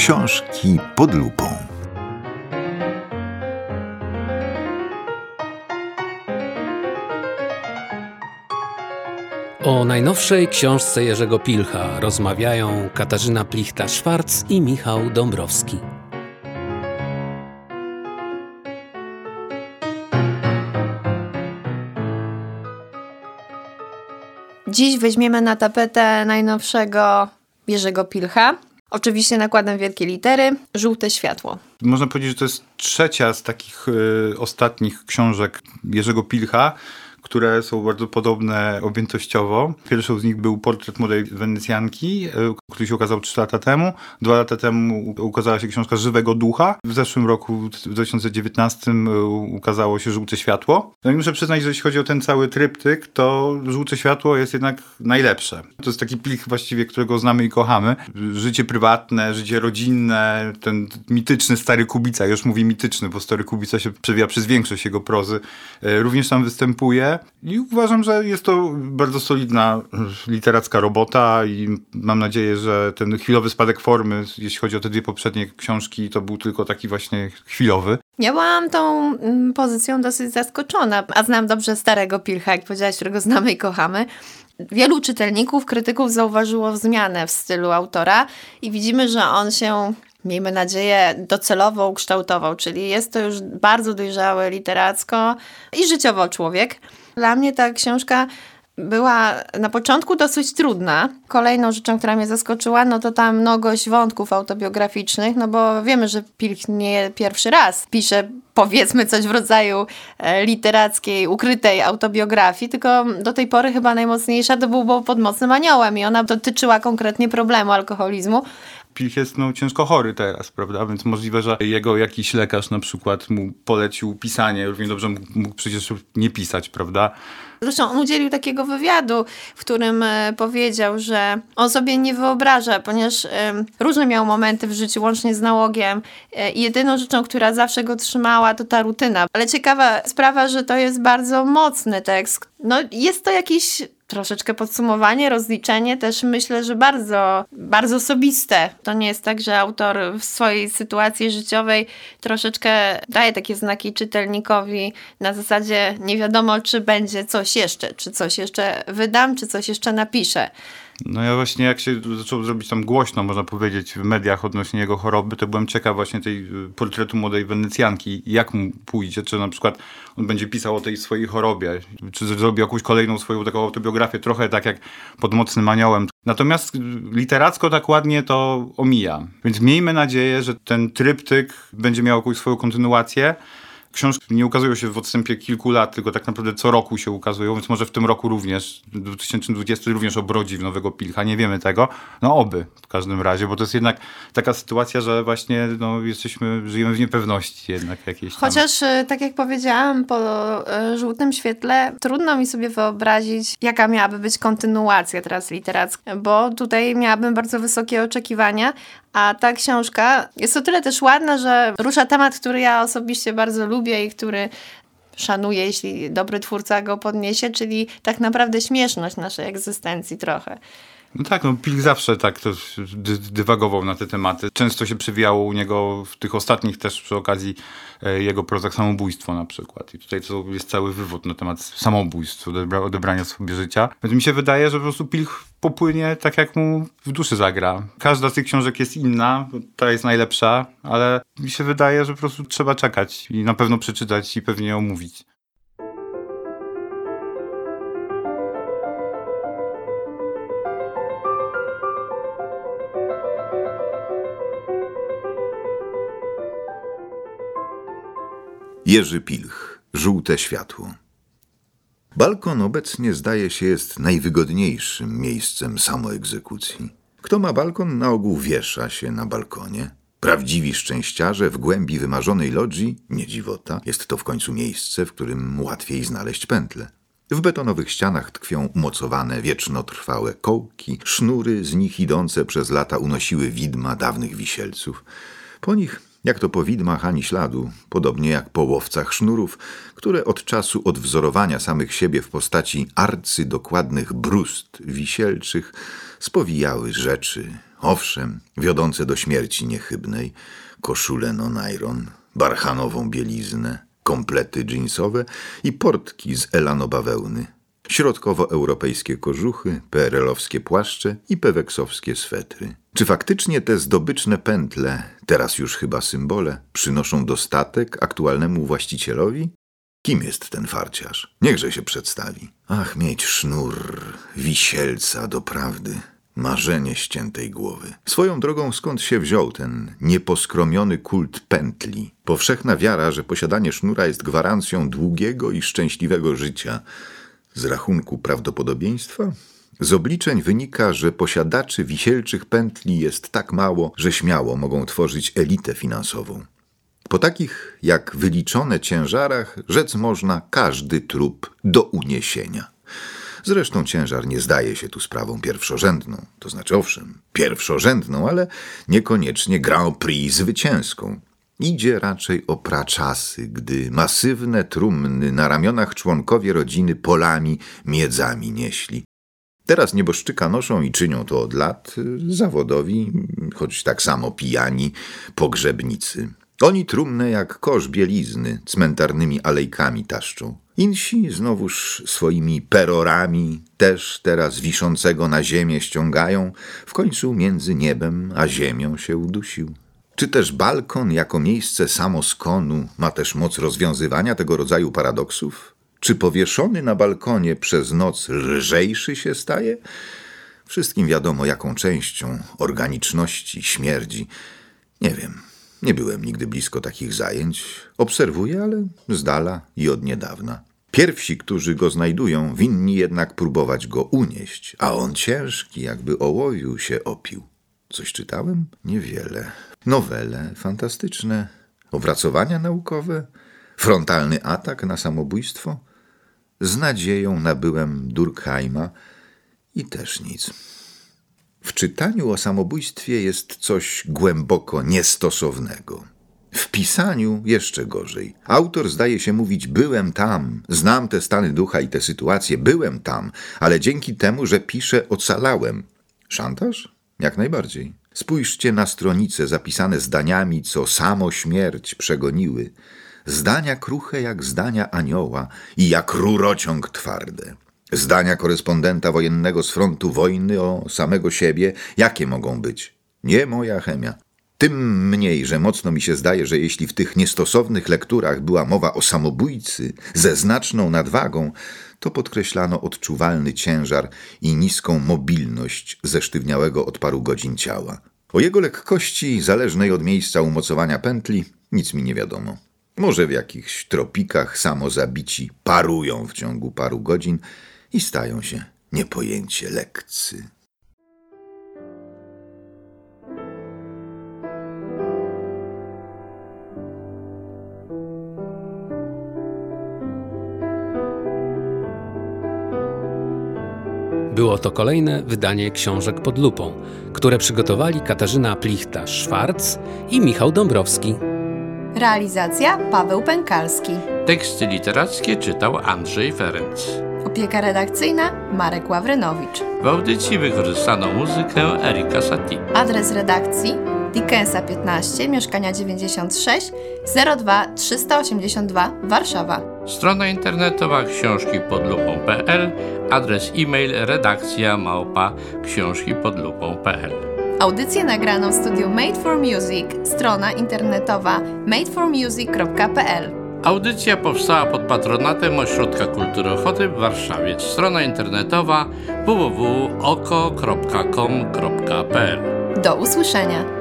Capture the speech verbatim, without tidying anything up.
Książki pod lupą. O najnowszej książce Jerzego Pilcha rozmawiają Katarzyna Plichta-Szwarc i Michał Dąbrowski. Dziś weźmiemy na tapetę najnowszego Jerzego Pilcha. Oczywiście nakładem wielkie litery, żółte światło. Można powiedzieć, że to jest trzecia z takich y, ostatnich książek Jerzego Pilcha, które są bardzo podobne objętościowo. Pierwszą z nich był Portret młodej Wenecjanki, który się ukazał trzy lata temu. Dwa lata temu ukazała się książka Żywego ducha. W zeszłym roku, w dwa tysiące dziewiętnastym, ukazało się Żółte światło. No i muszę przyznać, że jeśli chodzi o ten cały tryptyk, to Żółte światło jest jednak najlepsze. To jest taki Pilch właściwie, którego znamy i kochamy. Życie prywatne, życie rodzinne, ten mityczny Stary Kubica, już mówię mityczny, bo Stary Kubica się przewija przez większość jego prozy, również tam występuje. I uważam, że jest to bardzo solidna literacka robota i mam nadzieję, że ten chwilowy spadek formy, jeśli chodzi o te dwie poprzednie książki, to był tylko taki właśnie chwilowy. Ja byłam tą mm, pozycją dosyć zaskoczona, a znam dobrze Starego Pilcha, jak powiedziałaś, którego znamy i kochamy. Wielu czytelników, krytyków zauważyło zmianę w stylu autora i widzimy, że on się, miejmy nadzieję, docelowo ukształtował, czyli jest to już bardzo dojrzały literacko i życiowo człowiek. Dla mnie ta książka była na początku dosyć trudna. Kolejną rzeczą, która mnie zaskoczyła, no to ta mnogość wątków autobiograficznych, no bo wiemy, że Pilch nie pierwszy raz pisze, powiedzmy, coś w rodzaju literackiej, ukrytej autobiografii, tylko do tej pory chyba najmocniejsza to był Pod mocnym aniołem i ona dotyczyła konkretnie problemu alkoholizmu. Pilch jest no, ciężko chory teraz, prawda? Więc możliwe, że jego jakiś lekarz na przykład mu polecił pisanie. Równie dobrze mógł, mógł przecież nie pisać, prawda? Zresztą on udzielił takiego wywiadu, w którym e, powiedział, że on sobie nie wyobraża, ponieważ e, różne miał momenty w życiu, łącznie z nałogiem e, i jedyną rzeczą, która zawsze go trzymała, to ta rutyna. Ale ciekawa sprawa, że to jest bardzo mocny tekst. No jest to jakiś troszeczkę podsumowanie, rozliczenie, też myślę, że bardzo, bardzo osobiste. To nie jest tak, że autor w swojej sytuacji życiowej troszeczkę daje takie znaki czytelnikowi na zasadzie nie wiadomo, czy będzie coś jeszcze, czy coś jeszcze wydam, czy coś jeszcze napiszę. No ja właśnie jak się zaczął zrobić tam głośno, można powiedzieć, w mediach odnośnie jego choroby, to byłem ciekaw właśnie tej Portretu młodej Wenecjanki, jak mu pójdzie, czy na przykład on będzie pisał o tej swojej chorobie, czy zrobi jakąś kolejną swoją taką autobiografię, trochę tak jak Pod mocnym aniołem. Natomiast literacko tak ładnie to omija. Więc miejmy nadzieję, że ten tryptyk będzie miał jakąś swoją kontynuację. Książki nie ukazują się w odstępie kilku lat, tylko tak naprawdę co roku się ukazują, więc może w tym roku również, w dwa tysiące dwudziestym również obrodzi w nowego Pilcha, nie wiemy tego. No oby w każdym razie, bo to jest jednak taka sytuacja, że właśnie no, jesteśmy, żyjemy w niepewności jednak jakiejś tam. Chociaż tak jak powiedziałam, po Żółtym świetle trudno mi sobie wyobrazić, jaka miałaby być kontynuacja teraz literacka, bo tutaj miałabym bardzo wysokie oczekiwania, a ta książka jest o tyle też ładna, że rusza temat, który ja osobiście bardzo lubię i który szanuję, jeśli dobry twórca go podniesie, czyli tak naprawdę śmieszność naszej egzystencji trochę. No tak, no Pilch zawsze tak to dy- dywagował na te tematy. Często się przewijało u niego w tych ostatnich też przy okazji e, jego prozach samobójstwo na przykład. I tutaj to jest cały wywód na temat samobójstw, odebra- odebrania sobie życia. Więc mi się wydaje, że po prostu Pilch popłynie tak, jak mu w duszy zagra. Każda z tych książek jest inna, ta jest najlepsza, ale mi się wydaje, że po prostu trzeba czekać i na pewno przeczytać i pewnie omówić. Jerzy Pilch. Żółte światło. Balkon obecnie, zdaje się, jest najwygodniejszym miejscem samoegzekucji. Kto ma balkon, na ogół wiesza się na balkonie. Prawdziwi szczęściarze w głębi wymarzonej lodzi, nie dziwota, jest to w końcu miejsce, w którym łatwiej znaleźć pętle. W betonowych ścianach tkwią umocowane, wiecznotrwałe kołki, sznury z nich idące przez lata unosiły widma dawnych wisielców. Po nich Jak to po widmach ani śladu, podobnie jak po łowcach sznurów, które od czasu odwzorowania samych siebie w postaci arcydokładnych brust wisielczych spowijały rzeczy, owszem, wiodące do śmierci niechybnej, koszulę nonajron, barchanową bieliznę, komplety dżinsowe i portki z elanobawełny, środkowoeuropejskie kożuchy, P R L-owskie płaszcze i peweksowskie swetry. Czy faktycznie te zdobyczne pętle, teraz już chyba symbole, przynoszą dostatek aktualnemu właścicielowi? Kim jest ten farciarz? Niechże się przedstawi. Ach, mieć sznur, wisielca doprawdy, marzenie ściętej głowy. Swoją drogą skąd się wziął ten nieposkromiony kult pętli? Powszechna wiara, że posiadanie sznura jest gwarancją długiego i szczęśliwego życia. Z rachunku prawdopodobieństwa? Z obliczeń wynika, że posiadaczy wisielczych pętli jest tak mało, że śmiało mogą tworzyć elitę finansową. Po takich, jak wyliczone ciężarach, rzec można każdy trup do uniesienia. Zresztą ciężar nie zdaje się tu sprawą pierwszorzędną, to znaczy owszem, pierwszorzędną, ale niekoniecznie Grand Prix zwycięską. Idzie raczej o praczasy, gdy masywne trumny na ramionach członkowie rodziny polami miedzami nieśli. Teraz nieboszczyka noszą i czynią to od lat zawodowi, choć tak samo pijani, pogrzebnicy. Oni trumnę jak kosz bielizny cmentarnymi alejkami taszczą. Insi znowuż swoimi perorami też teraz wiszącego na ziemię ściągają, w końcu między niebem a ziemią się udusił. Czy też balkon jako miejsce samoskonu ma też moc rozwiązywania tego rodzaju paradoksów? Czy powieszony na balkonie przez noc lżejszy się staje? Wszystkim wiadomo, jaką częścią organiczności śmierdzi. Nie wiem, nie byłem nigdy blisko takich zajęć. Obserwuję, ale z dala i od niedawna. Pierwsi, którzy go znajdują, winni jednak próbować go unieść, a on ciężki, jakby ołowiu się opił. Coś czytałem? Niewiele. Nowele fantastyczne, opracowania naukowe, frontalny atak na samobójstwo. Z nadzieją nabyłem Durkheima i też nic. W czytaniu o samobójstwie jest coś głęboko niestosownego. W pisaniu jeszcze gorzej. Autor zdaje się mówić: byłem tam, znam te stany ducha i te sytuacje, byłem tam, ale dzięki temu, że piszę, ocalałem. Szantaż? Jak najbardziej. Spójrzcie na stronice zapisane zdaniami, co samo śmierć przegoniły. Zdania kruche jak zdania anioła i jak rurociąg twarde. Zdania korespondenta wojennego z frontu wojny o samego siebie, jakie mogą być? Nie moja chemia. Tym mniej, że mocno mi się zdaje, że jeśli w tych niestosownych lekturach była mowa o samobójcy ze znaczną nadwagą, to podkreślano odczuwalny ciężar i niską mobilność zesztywniałego od paru godzin ciała. O jego lekkości, zależnej od miejsca umocowania pętli, nic mi nie wiadomo. Może w jakichś tropikach samozabici parują w ciągu paru godzin i stają się niepojęcie lekcy. Było to kolejne wydanie Książek pod lupą, które przygotowali Katarzyna Plichta-Szwarc i Michał Dąbrowski. Realizacja Paweł Pękalski. Teksty literackie czytał Andrzej Ferenc. Opieka redakcyjna Marek Ławrynowicz. W audycji wykorzystano muzykę Erika Satie. Adres redakcji Dickensa piętnaście, mieszkania dziewięćdziesiąt sześć, zero dwa trzysta osiemdziesiąt dwa, Warszawa. Strona internetowa książki pod lupą kropka pe el, adres e-mail redakcja małpa książki pod lupą kropka pe el. Audycję nagrano w studiu Made for Music, strona internetowa made for music kropka pe el. Audycja powstała pod patronatem Ośrodka Kultury Ochoty w Warszawie. Strona internetowa w w w kropka oko kropka com kropka pe el. Do usłyszenia.